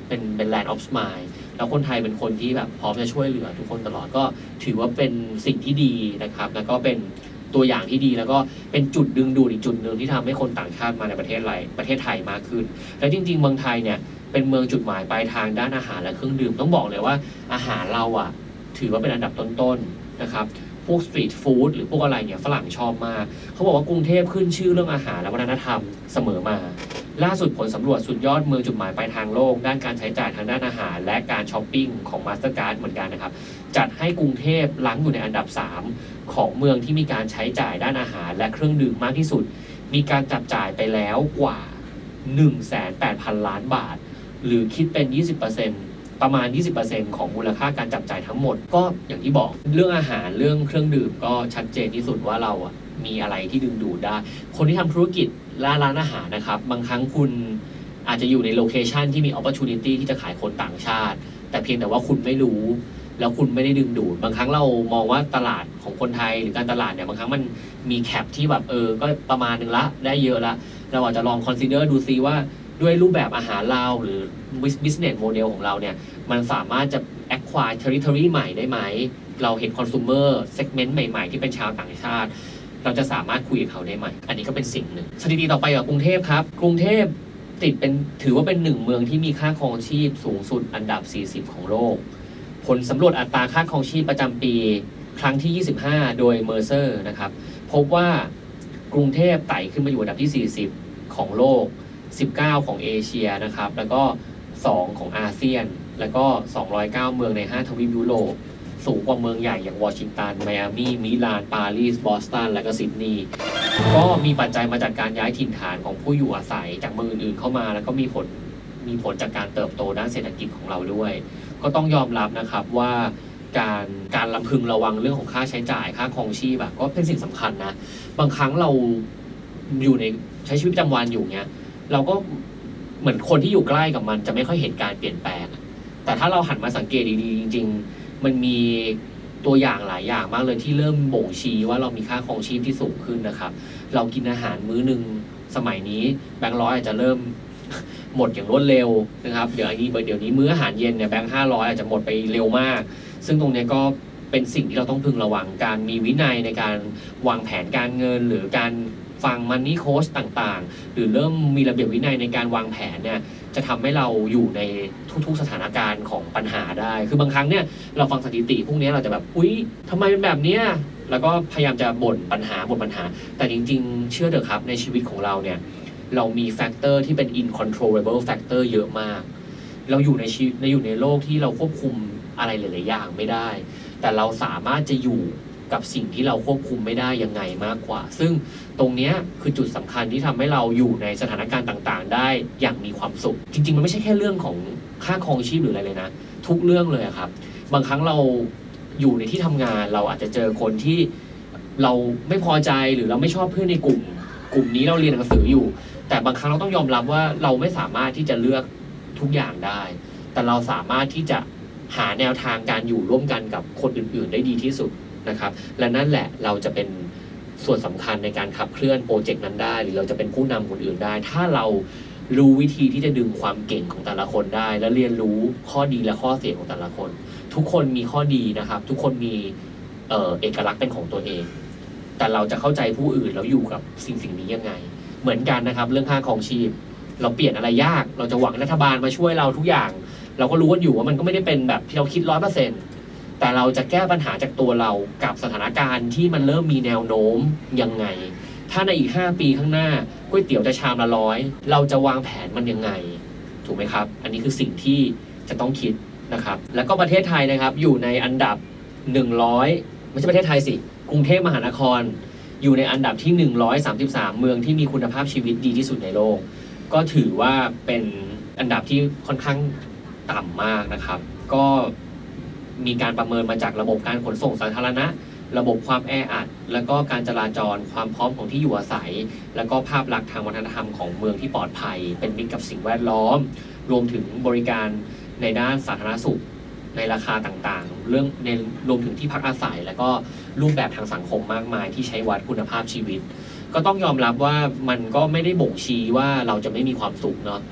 เป็นเป็น land of smile แล้วคนไทยเป็นคนที่แบบพร้อมจะช่วยเหลือทุกคนตลอดก็ถือว่าเป็นสิ่งที่ดีนะครับแล้วก็เป็นตัวอย่างที่ดีแล้วก็เป็นจุดดึงดูดอีกจุดหนึ่งที่ทำให้คนต่างชาติมาในประเทศไรประเทศไทยมากขึ้นแล้วจริงๆเมืองไทยเนี่ยเป็นเมืองจุดหมายปลายทางด้านอาหารและเครื่องดื่มต้องบอกเลยว่าอาหารเราอ่ะถือว่าเป็นอันดับต้นๆนะครับพวกสตรีทฟู้ดหรือพวกอะไรเนี่ยฝรั่งชอบมากเขาบอกว่ากรุงเทพขึ้นชื่อเรื่องอาหารและวัฒนธรรมเสมอมาล่าสุดผลสำรวจสุดยอดเมืองจุดหมายปลายทางโลกด้านการใช้จ่ายทางด้านอาหารและการช้อปปิ้งของ Mastercard เหมือนกันนะครับจัดให้กรุงเทพล้างอยู่ในอันดับสามของเมืองที่มีการใช้จ่ายด้านอาหารและเครื่องดื่มมากที่สุดมีการจับจ่ายไปแล้วกว่า หนึ่งแสนแปดพัน ล้านบาทหรือคิดเป็น ยี่สิบเปอร์เซ็นต์ ประมาณ ยี่สิบเปอร์เซ็นต์ ของมูลค่าการจับจ่ายทั้งหมดก็อย่างที่บอกเรื่องอาหารเรื่องเครื่องดื่มก็ชัดเจนที่สุดว่าเราอ่ะมีอะไรที่ดึงดูดได้คนที่ทำธุรกิจร้านอาหารนะครับบางครั้งคุณอาจจะอยู่ในโลเคชันที่มี opportunity ที่จะขายคนต่างชาติแต่เพียงแต่ว่าคุณไม่รู้แล้วคุณไม่ได้ดึงดูดบางครั้งเรามองว่าตลาดของคนไทยหรือการตลาดเนี่ยบางครั้งมันมีแคปที่แบบเออก็ประมาณนึงละได้เยอะละเราอาจจะลอง consider ดูซิว่าด้วยรูปแบบอาหารเราหรือ business model ของเราเนี่ยมันสามารถจะ acquire territory ใหม่ได้ไหมเราเห็น consumer segment ใหม่ๆที่เป็นชาวต่างชาติเราจะสามารถคุยกับเขาได้ไหมอันนี้ก็เป็นสิ่งหนึ่งสถิติต่อไปกับกรุงเทพครับกรุงเทพติดเป็นถือว่าเป็นหนึ่งเมืองที่มีค่าครองชีพสูงสุดอันดับสี่สิบของโลกผลสำรวจอัตราค่าครองชีพประจำปีครั้งที่ยี่สิบห้าโดยเมอร์เซอร์นะครับพบว่ากรุงเทพไต่ขึ้นมาอยู่อันดับที่สี่สิบของโลกสิบเก้าของเอเชียนะครับแล้วก็สองของอาเซียนแล้วก็สองร้อยเก้าเมืองในห้าทวีปยุโรปสูงกว่าเมืองใหญ่อย่างวอชิงตันไมอามีมิลานปารีสบอสตันและก็ซิดนีย์ก็มีปัจจัยมาจากการย้ายถิ่นฐานของผู้อยู่อาศัยจากเมืองอื่นๆเข้ามาแล้วก็มีผลมีผลจากการเติบโตด้านเศรษฐกิจของเราด้วยก็ต้องยอมรับนะครับว่าการการลำพึงระวังเรื่องของค่าใช้จ่ายค่าครองชีพแบบก็เป็นสิ่งสำคัญนะบางครั้งเราอยู่ในใช้ชีวิตประจำวันอยู่เนี้ยเราก็เหมือนคนที่อยู่ใกล้กับมันจะไม่ค่อยเห็นการเปลี่ยนแปลงแต่ถ้าเราหันมาสังเกตดีๆจริงๆมันมีตัวอย่างหลายอย่างมากเลยที่เริ่มบ่งชี้ว่าเรามีค่าครองชีพที่สูงขึ้นนะครับเรากินอาหารมื้อนึงสมัยนี้แบงค์ร้อยอาจจะเริ่มหมดอย่างรวดเร็วนะครับเดี๋ยวอันนี้เดี๋ยวนี้มื้ออาหารเย็นเนี่ยแบงค์ห้าร้อยอาจจะหมดไปเร็วมากซึ่งตรงนี้ก็เป็นสิ่งที่เราต้องพึงระวังการมีวินัยในการวางแผนการเงินหรือการฟังมันนี่โค้ชต่างๆหรือเริ่มมีระเบียบวินัยในการวางแผนเนี่ยจะทำให้เราอยู่ในทุกๆสถานการณ์ของปัญหาได้คือบางครั้งเนี่ยเราฟังสถิติพวกนี้เราจะแบบอุ๊ยทำไมเป็นแบบเนี้ยแล้วก็พยายามจะบ่นปัญหาบ่นปัญหาแต่จริงๆเชื่อเถอะครับในชีวิตของเราเนี่ยเรามีแฟกเตอร์ที่เป็น incontrollable factor เยอะมากเราอยู่ในชีวิตในอยู่ในโลกที่เราควบคุมอะไรหลายๆอย่างไม่ได้แต่เราสามารถจะอยู่กับสิ่งที่เราควบคุมไม่ได้ยังไงมากกว่าซึ่งตรงนี้คือจุดสำคัญที่ทำให้เราอยู่ในสถานการณ์ต่างๆได้อย่างมีความสุขจริงๆมันไม่ใช่แค่เรื่องของค่าครองชีพหรืออะไรเลยนะทุกเรื่องเลยครับบางครั้งเราอยู่ในที่ทำงานเราอาจจะเจอคนที่เราไม่พอใจหรือเราไม่ชอบเพื่อนในกลุ่มกลุ่มนี้เราเรียนหนังสืออยู่แต่บางครั้งเราต้องยอมรับว่าเราไม่สามารถที่จะเลือกทุกอย่างได้แต่เราสามารถที่จะหาแนวทางการอยู่ร่วมกันกับคนอื่นๆได้ดีที่สุดนะครับและนั่นแหละเราจะเป็นส่วนสำคัญในการขับเคลื่อนโปรเจกต์นั้นได้หรือเราจะเป็นผู้นำคนอื่นได้ถ้าเรารู้วิธีที่จะดึงความเก่งของแต่ละคนได้และเรียนรู้ข้อดีและข้อเสียของแต่ละคนทุกคนมีข้อดีนะครับทุกคนมีเอ่อเอกลักษณ์เป็นของตัวเองแต่เราจะเข้าใจผู้อื่นแล้วอยู่กับสิ่งสิ่งนี้ยังไงเหมือนกันนะครับเรื่องค่าครองชีพเราเปลี่ยนอะไรยากเราจะหวังรัฐบาลมาช่วยเราทุกอย่างเราก็รู้กันอยู่ว่ามันก็ไม่ได้เป็นแบบที่เราคิด ร้อยเปอร์เซ็นต์ แต่เราจะแก้ปัญหาจากตัวเรากับสถานการณ์ที่มันเริ่มมีแนวโน้มยังไงถ้าในอีกห้าปีข้างหน้าก๋วยเตี๋ยวจะชามละร้อยเราจะวางแผนมันยังไงถูกไหมครับอันนี้คือสิ่งที่จะต้องคิดนะครับแล้วก็ประเทศไทยนะครับอยู่ในอันดับหนึ่งร้อยไม่ใช่ประเทศไทยสิกรุงเทพมหานครอยู่ในอันดับที่หนึ่งร้อยสามสิบสามเมืองที่มีคุณภาพชีวิตดีที่สุดในโลกก็ถือว่าเป็นอันดับที่ค่อนข้างต่ำมากนะครับก็มีการประเมินมาจากระบบการขนส่งสาธารณะระบบความแออัดแล้วก็การจราจรความพร้อมของที่อยู่อาศัยแล้วก็ภาพลักษณ์ทางวัฒนธรรมของเมืองที่ปลอดภัยเป็นมิตรกับสิ่งแวดล้อมรวมถึงบริการในด้านสาธารณสุขในราคาต่างๆเรื่องในรวมถึงที่พักอาศัยแล้วก็รูปแบบทางสังคมมากมายที่ใช้วัดคุณภาพชีวิตก็ต้องยอมรับว่ามันก็ไม่ได้บ่งชี้ว่าเราจะไม่มีความสุขเนาะ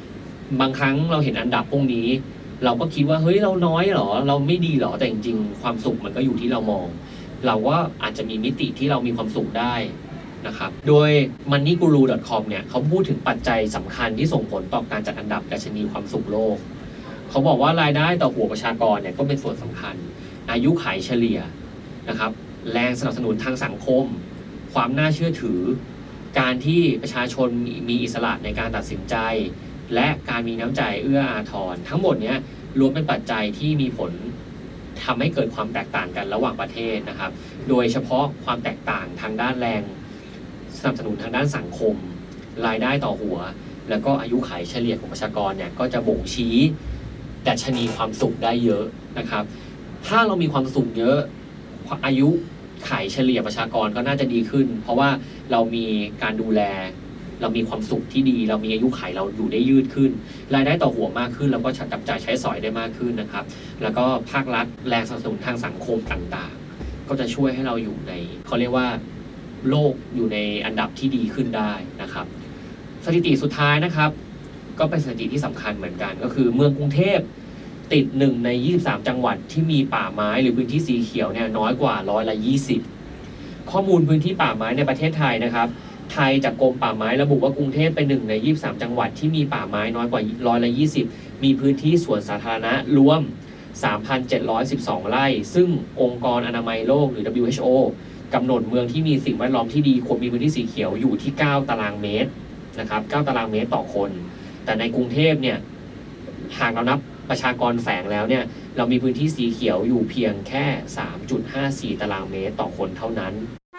บางครั้งเราเห็นอันดับพวกนี้เราก็คิดว่าเฮ้ยเราน้อยเหรอเราไม่ดีเหรอแต่จริงๆความสุขมันก็อยู่ที่เรามองเราก็อาจจะมีมิติที่เรามีความสุขได้นะครับโดย มันนี่กูรู ดอท คอม เนี่ยเขาพูดถึงปัจจัยสำคัญที่ส่งผลต่อการจัดอันดับดัชนีความสุขโลกเขาบอกว่ารายได้ต่อหัวประชากรเนี่ยก็เป็นส่วนสำคัญอายุขัยเฉลี่ยนะครับแรงสนับสนุนทางสังคมความน่าเชื่อถือการที่ประชาชนมีอิสระในการตัดสินใจและการมีน้ำใจเอื้ออาทรทั้งหมดเนี้ยล้วนเป็นปัจจัยที่มีผลทำให้เกิดความแตกต่างกันระหว่างประเทศนะครับโดยเฉพาะความแตกต่างทางด้านแรงสนับสนุนทางด้านสังคมรายได้ต่อหัวแล้วก็อายุขัยเฉลี่ยของประชากรเนี่ยก็จะบ่งชี้ดัชนีความสุขได้เยอะนะครับถ้าเรามีความสุขเยอะอายุขัยเฉลี่ยประชากรก็น่าจะดีขึ้นเพราะว่าเรามีการดูแลเรามีความสุขที่ดีเรามีอายุขัยเราอยู่ได้ยืดขึ้นรายได้ต่อหัวมากขึ้นแล้วก็จับจ่ายใช้สอยได้มากขึ้นนะครับแล้วก็ภาครัฐแรงสนับสนุนทางสังคมต่างๆก็จะช่วยให้เราอยู่ในเขาเรียกว่าโลกอยู่ในอันดับที่ดีขึ้นได้นะครับสถิติสุดท้ายนะครับก็เป็นสถิติที่สำคัญเหมือนกันก็คือเมืองกรุงเทพติดหนึ่งในยี่สิบสามจังหวัดที่มีป่าไม้หรือพื้นที่สีเขียวเนี่ยน้อยกว่าร้อยละยี่สิบข้อมูลพื้นที่ป่าไม้ในประเทศไทยนะครับไทยจากกรมป่าไม้ระบุว่ากรุงเทพเป็นหนึ่งในยี่สิบสามจังหวัดที่มีป่าไม้น้อยกว่าร้อยละยี่สิบมีพื้นที่สวนสาธารณะรวม สามพันเจ็ดร้อยสิบสอง ไร่ซึ่งองค์กรอนามัยโลกหรือ ดับเบิลยู เอช โอ กำหนดเมืองที่มีสิ่งแวดล้อมที่ดีควรมีพื้นที่สีเขียวอยู่ที่เก้าตารางเมตรนะครับเก้าตารางเมตรต่อคนแต่ในกรุงเทพเนี่ยหากเรานับประชากรแฝงแล้วเนี่ยเรามีพื้นที่สีเขียวอยู่เพียงแค่ สามจุดห้าสี่ ตารางเมตรต่อคนเท่านั้น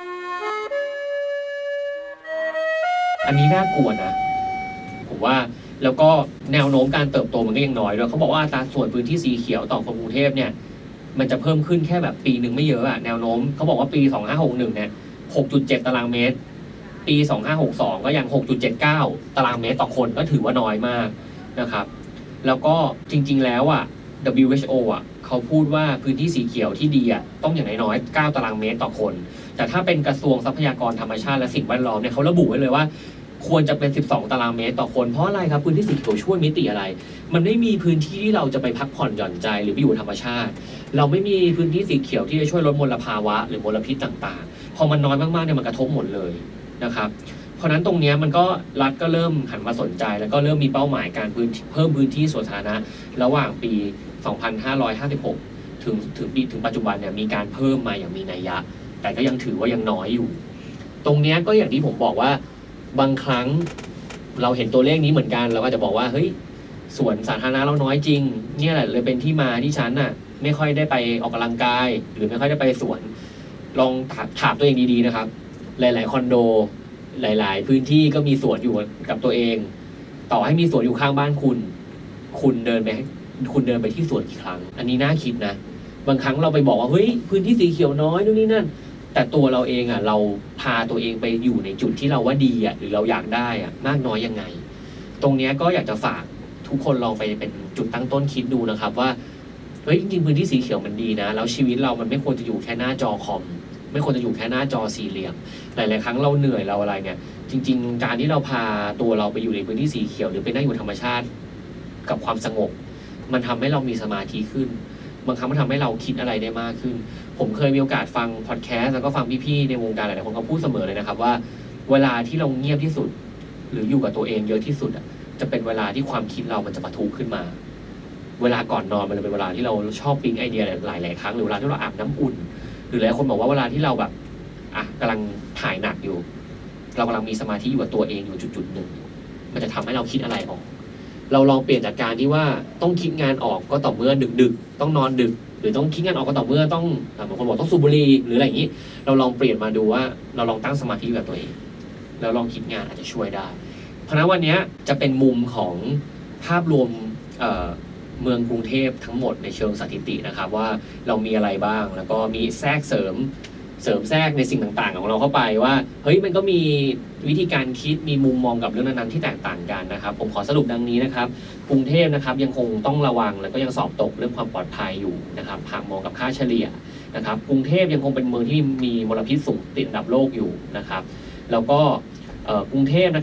อันนี้น่ากลัวนะผมว่าแล้วก็แนวโน้มการเติบโตมันก็ยังน้อยด้วยเขาบอกว่าอัตราส่วนพื้นที่สีเขียวต่อคนกรุงเทพเนี่ยมันจะเพิ่มขึ้นแค่แบบปีหนึ่งไม่เยอะอะแนวโน้มเขาบอกว่าปีสองพันห้าร้อยหกสิบเอ็ดเนี่ย หกจุดเจ็ด ตารางเมตรปีสองพันห้าร้อยหกสิบสองก็ยัง หกจุดเจ็ดเก้า ตารางเมตรต่อคนก็ถือว่าน้อยมากนะครับแล้วก็จริงๆแล้วอ่ะ ดับเบิลยู เอช โอ อ่ะเขาพูดว่าพื้นที่สีเขียวที่ดีอ่ะต้องอย่างน้อยๆเก้าตารางเมตรต่อคนแต่ถ้าเป็นกระทรวงทรัพยากรธรรมชาติและสิ่งแวดล้อมเนี่ยเขาระบุไว้เลยว่าควรจะเป็นสิบสองตารางเมตรต่อคนเพราะอะไรครับพื้นที่สีเขียวช่วยมิติอะไรมันไม่มีพื้นที่ที่เราจะไปพักผ่อนหย่อนใจหรือไปอยู่ธรรมชาติเราไม่มีพื้นที่สีเขียวที่จะช่วยลดมลภาวะหรือมลพิษต่างๆพอมันน้อยมากๆเนี่ยมันกระทบหมดเลยนะครับเพราะนั้นตรงนี้มันก็รัฐก็เริ่มหันมาสนใจแล้วก็เริ่มมีเป้าหมายการพื้นเพิ่มพื้นที่สวนสาธารณะระหว่างปีสองพันห้าร้อยห้าสิบหกถึงถึงปีถึงปัจจุบันเนี่ยมีการเพิ่มมาอย่างมีนัยยะแต่ก็ยังถือว่ายังน้อยอยู่ตรงนี้ก็อย่างที่ผมบอกว่าบางครั้งเราเห็นตัวเลขนี้เหมือนกันเราก็จะบอกว่าเฮ้ยสวนสาธารณะเราน้อยจริงเนี่ยแหละเลยเป็นที่มาที่ฉันน่ะไม่ค่อยได้ไปออกกำลังกายหรือไม่ค่อยได้ไปสวนลองถามตัวเองดีๆนะครับหลายๆคอนโดหลายๆพื้นที่ก็มีสวนอยู่กับตัวเองต่อให้มีสวนอยู่ข้างบ้านคุณคุณเดินไปคุณเดินไปที่สวนกี่ครั้งอันนี้น่าคิดนะบางครั้งเราไปบอกว่าเฮ้ยพื้นที่สีเขียวน้อยนู่นนี่นั่นแต่ตัวเราเองอ่ะเราพาตัวเองไปอยู่ในจุดที่เราว่าดีอ่ะหรือเราอยากได้อ่ะมากน้อยยังไงตรงนี้ก็อยากจะฝากทุกคนลองไปเป็นจุดตั้งต้นคิดดูนะครับว่าเฮ้ยจริงๆพื้นที่สีเขียวมันดีนะแล้วชีวิตเรามันไม่ควรจะอยู่แค่หน้าจอคอมไม่ควรจะอยู่แค่หน้าจอสี่เหลี่ยมหลายๆครั้งเราเหนื่อยเราอะไรเนี่ยจริงๆการที่เราพาตัวเราไปอยู่ในพื้นที่สีเขียวหรือไปนั่งอยู่ธรรมชาติกับความสงบมันทำให้เรามีสมาธิขึ้นบางครั้งมันทำให้เราคิดอะไรได้มากขึ้นผมเคยมีโอกาสฟังพอดแคสต์แล้วก็ฟังพี่ๆในวงการหลายๆคนเขาพูดเสมอเลยนะครับว่าเวลาที่เราเงียบที่สุดหรืออยู่กับตัวเองเยอะที่สุดอ่ะจะเป็นเวลาที่ความคิดเรามันจะปะทุขึ้นมาเวลาก่อนนอนมันจะเป็นเวลาที่เราชอบปิ๊งไอเดียหลายๆครั้งหรือเวลาที่เราอาบน้ำอุ่นหรือหลายคนบอกว่าเวลาที่เราแบบอ่ะกำลังถ่ายหนักอยู่เรากำลังมีสมาธิอยู่กับตัวเองอยู่จุดๆหนึ่งมันจะทำให้เราคิดอะไรออกเราลองเปลี่ยนจากการที่ว่าต้องคิดงานออกก็ต่อเมื่อดึกๆต้องนอนดึกหรือต้องคิดงานออกก็ต่อเมื่อต้องบางคนบอกต้องสูบบุหรี่หรืออะไรอย่างนี้เราลองเปลี่ยนมาดูว่าเราลองตั้งสมาธิอยู่กับตัวเองแล้วลองคิดงานอาจจะช่วยได้เพราะฉะนั้นวันนี้จะเป็นมุมของภาพรวมเอ่อเมืองกรุงเทพทั้งหมดในเชิงสถิตินะครับว่าเรามีอะไรบ้างแล้วก็มีแทรกเสริมเสริมแทรกในสิ่งต่างๆของเราเข้าไปว่าเฮ้ยมันก็มีวิธีการคิดมีมุมมองกับเรื่องนั้นๆที่แตกต่างกันนะครับผมขอสรุปดังนี้นะครับกรุงเทพนะครับยังคงต้องระวังแล้วก็ยังสอบตกเรื่องความปลอดภัยอยู่นะครับหากมองกับค่าเฉลี่ยนะครับกรุงเทพยังคงเป็นเมืองที่มีมลพิษสูงติดอันดับโลกอยู่นะครับแล้วก็กรุงเทพนะครับ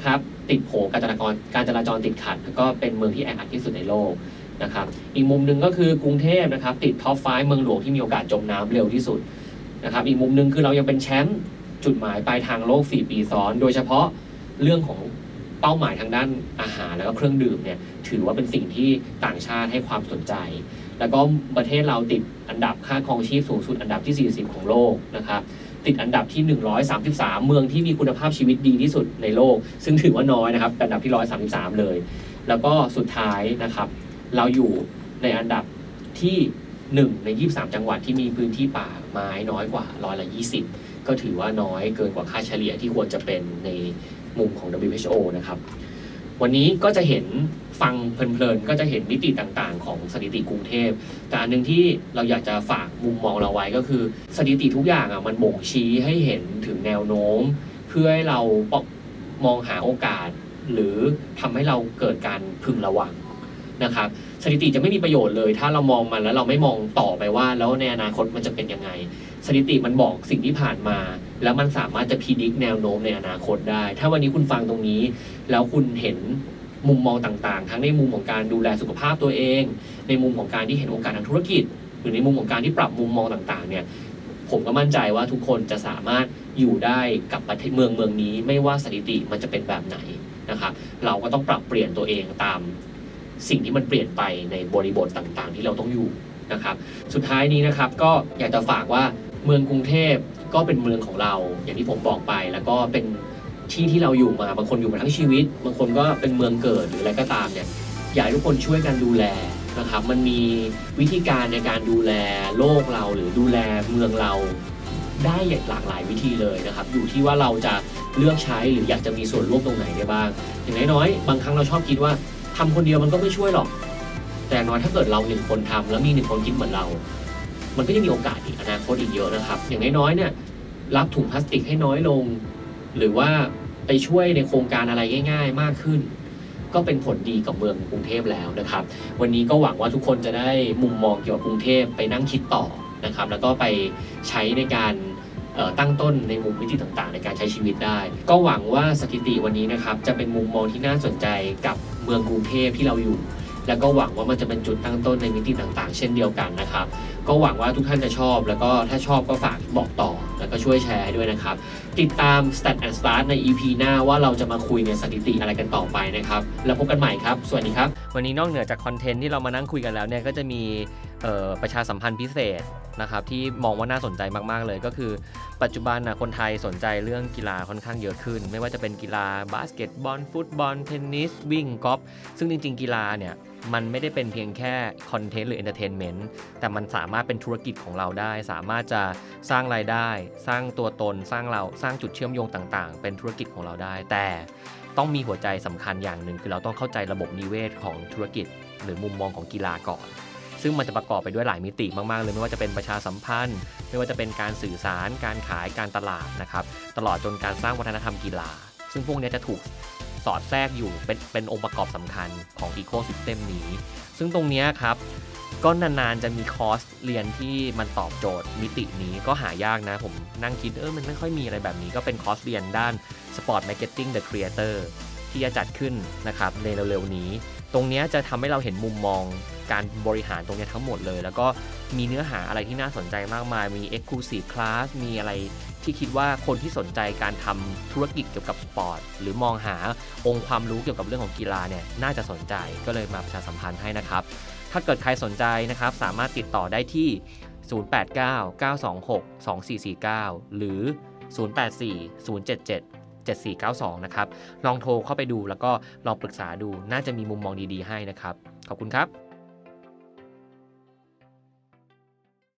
ติดโผการจราจรการจราจรติดขัดแล้วก็เป็นเมืองที่แออัดที่สุดในโลกนะครับอีกมุมหนึ่งก็คือกรุงเทพนะครับติดท็อปไฟว์เมืองหลวงที่มีโอกาสจมน้ำเร็วที่สุดนะครับอีกมุมหนึ่งคือเรายังเป็นแชมป์จุดหมายปลายทางโลกสี่ปีซ้อนโดยเฉพาะเรื่องของเป้าหมายทางด้านอาหารแล้วก็เครื่องดื่มเนี่ยถือว่าเป็นสิ่งที่ต่างชาติให้ความสนใจแล้วก็ประเทศเราติดอันดับค่าครองชีพสูงสุดอันดับที่สี่สิบของโลกนะครับติดอันดับที่หนึ่งร้อยสามสิบสามเมืองที่มีคุณภาพชีวิตดีที่สุดในโลกซึ่งถือว่าน้อยนะครับอันดับที่หนึ่งร้อยสามสิบสามเลยแล้วก็สุดท้ายนะครับเราอยู่ในอันดับที่หนึ่งในยี่สิบสามจังหวัดที่มีพื้นที่ป่าไม้น้อยกว่าร้อยละยี่สิบก็ถือว่าน้อยเกินกว่าค่าเฉลี่ยที่ควรจะเป็นในมุมของ ดับเบิลยู เอช โอ นะครับวันนี้ก็จะเห็นฟังเพลินๆก็จะเห็นมิติต่างๆของสถิติกรุงเทพแต่อันหนึ่งที่เราอยากจะฝากมุมมองเราไว้ก็คือสถิติทุกอย่างอ่ะมันบ่งชี้ให้เห็นถึงแนวโน้มเพื่อให้เรามองหาโอกาสหรือทำให้เราเกิดการพึงระวังนะครับสถิติจะไม่มีประโยชน์เลยถ้าเรามองมันแล้วเราไม่มองต่อไปว่าแล้วในอนาคตมันจะเป็นยังไงสถิติมันบอกสิ่งที่ผ่านมาแล้วมันสามารถจะพิจิตรแนวโน้มในอนาคตได้ถ้าวันนี้คุณฟังตรงนี้แล้วคุณเห็นมุมมองต่างๆทั้งในมุมของการดูแลสุขภาพตัวเองในมุมของการที่เห็นโอกาสทางธุรกิจหรือในมุมของการที่ปรับมุมมองต่างๆเนี่ยผมก็มั่นใจว่าทุกคนจะสามารถอยู่ได้กับประเทศเมืองเมืองนี้ไม่ว่าสถิติมันจะเป็นแบบไหนนะครับเราก็ต้องปรับเปลี่ยนตัวเองตามสิ่งที่มันเปลี่ยนไปในบริบทต่างๆที่เราต้องอยู่นะครับสุดท้ายนี้นะครับก็อยากจะฝากว่าเมืองกรุงเทพก็เป็นเมืองของเราอย่างที่ผมบอกไปแล้วก็เป็นที่ที่เราอยู่มาบางคนอยู่มาทั้งชีวิตบางคนก็เป็นเมืองเกิดหรืออะไรก็ตามเนี่ยอยากให้ทุกคนช่วยกันดูแลนะครับมันมีวิธีการในการดูแลโลกเราหรือดูแลเมืองเราได้หลากหลายวิธีเลยนะครับอยู่ที่ว่าเราจะเลือกใช้หรืออยากจะมีส่วนร่วมตรงไหนได้บ้างอย่างน้อยๆบางครั้งเราชอบคิดว่าทำคนเดียวมันก็ไม่ช่วยหรอกแต่น้อยถ้าเกิดเราหนึ่งคนทำแล้วมีหนึ่งคนคิดเหมือนเรามันก็ยังมีโอกาสอีกอนาคตอีกเยอะนะครับอย่างน้อยๆเนี่ยรับถุงพลาสติกให้น้อยลงหรือว่าไปช่วยในโครงการอะไรง่ายๆมากขึ้นก็เป็นผลดีกับเมืองกรุงเทพแล้วนะครับวันนี้ก็หวังว่าทุกคนจะได้มุมมองเกี่ยวกับกรุงเทพไปนั่งคิดต่อนะครับแล้วก็ไปใช้ในการตั้งต้นในมุมวิธีต่างๆในการใช้ชีวิตได้ก็หวังว่าสถิติวันนี้นะครับจะเป็นมุมมองที่น่าสนใจกับเมืองกรุงเทพที่เราอยู่แล้วก็หวังว่ามันจะเป็นจุดตั้งต้นในมิติต่างๆเช่นเดียวกันนะครับก็หวังว่าทุกท่านจะชอบแล้วก็ถ้าชอบก็ฝากบอกต่อแล้วก็ช่วยแชร์ด้วยนะครับติดตาม Stat and Start ใน อี พี หน้าว่าเราจะมาคุยในสถิติอะไรกันต่อไปนะครับแล้วพบกันใหม่ครับสวัสดีครับวันนี้นอกเหนือจากคอนเทนต์ที่เรามานั่งคุยกันแล้วเนี่ยก็จะมีประชาสัมพันธ์พิเศษนะครับที่มองว่าน่าสนใจมากๆเลยก็คือปัจจุบันนะคนไทยสนใจเรื่องกีฬาค่อนข้างเยอะขึ้นไม่ว่าจะเป็นกีฬาบาสเกตบอลฟุตบอลเทนนิสวิ่งกอล์ฟซึ่งจริงๆกีฬาเนี่ยมันไม่ได้เป็นเพียงแค่คอนเทนต์หรือเอนเตอร์เทนเมนต์แต่มันสามารถเป็นธุรกิจของเราได้สามารถจะสร้างรายได้สร้างตัวตนสร้างเราสร้างจุดเชื่อมโยงต่างๆเป็นธุรกิจของเราได้แต่ต้องมีหัวใจสำคัญอย่างหนึ่งคือเราต้องเข้าใจระบบนิเวศของธุรกิจหรือมุมมองของกีฬาก่อนซึ่งมันจะประกอบไปด้วยหลายมิติมากๆเลยไม่ว่าจะเป็นประชาสัมพันธ์ไม่ว่าจะเป็นการสื่อสารการขายการตลาดนะครับตลอดจนการสร้างวัฒนธรรมกีฬาซึ่งพวกนี้จะถูกสอดแทรกอยู่เป็นเป็นองค์ประกอบสำคัญของอีโคซิสเต็มนี้ซึ่งตรงนี้ครับก็นานๆจะมีคอร์สเรียนที่มันตอบโจทย์มิตินี้ก็หายากนะผมนั่งคิดเออมันไม่ค่อยมีอะไรแบบนี้ก็เป็นคอร์สเรียนด้าน Sport Marketing the Creator ที่จะจัดขึ้นนะครับในเร็วๆนี้ตรงนี้จะทำให้เราเห็นมุมมองการบริหารตรงนี้ทั้งหมดเลยแล้วก็มีเนื้อหาอะไรที่น่าสนใจมากมายมี Exclusive Class มีอะไรที่คิดว่าคนที่สนใจการทำธุรกิจเกี่ยวกับสปอร์ตหรือมองหาองค์ความรู้เกี่ยวกับเรื่องของกีฬาเนี่ยน่าจะสนใจก็เลยมาประชาสัมพันธ์ให้นะครับถ้าเกิดใครสนใจนะครับสามารถติดต่อได้ที่ศูนย์ แปด เก้า เก้า สอง หก สอง สี่ สี่ เก้าหรือศูนย์ แปด สี่ ศูนย์ เจ็ด เจ็ด เจ็ด สี่ เก้า สองนะครับลองโทรเข้าไปดูแล้วก็ลองปรึกษาดูน่าจะมีมุมมองดีๆให้นะครับขอบคุณครับ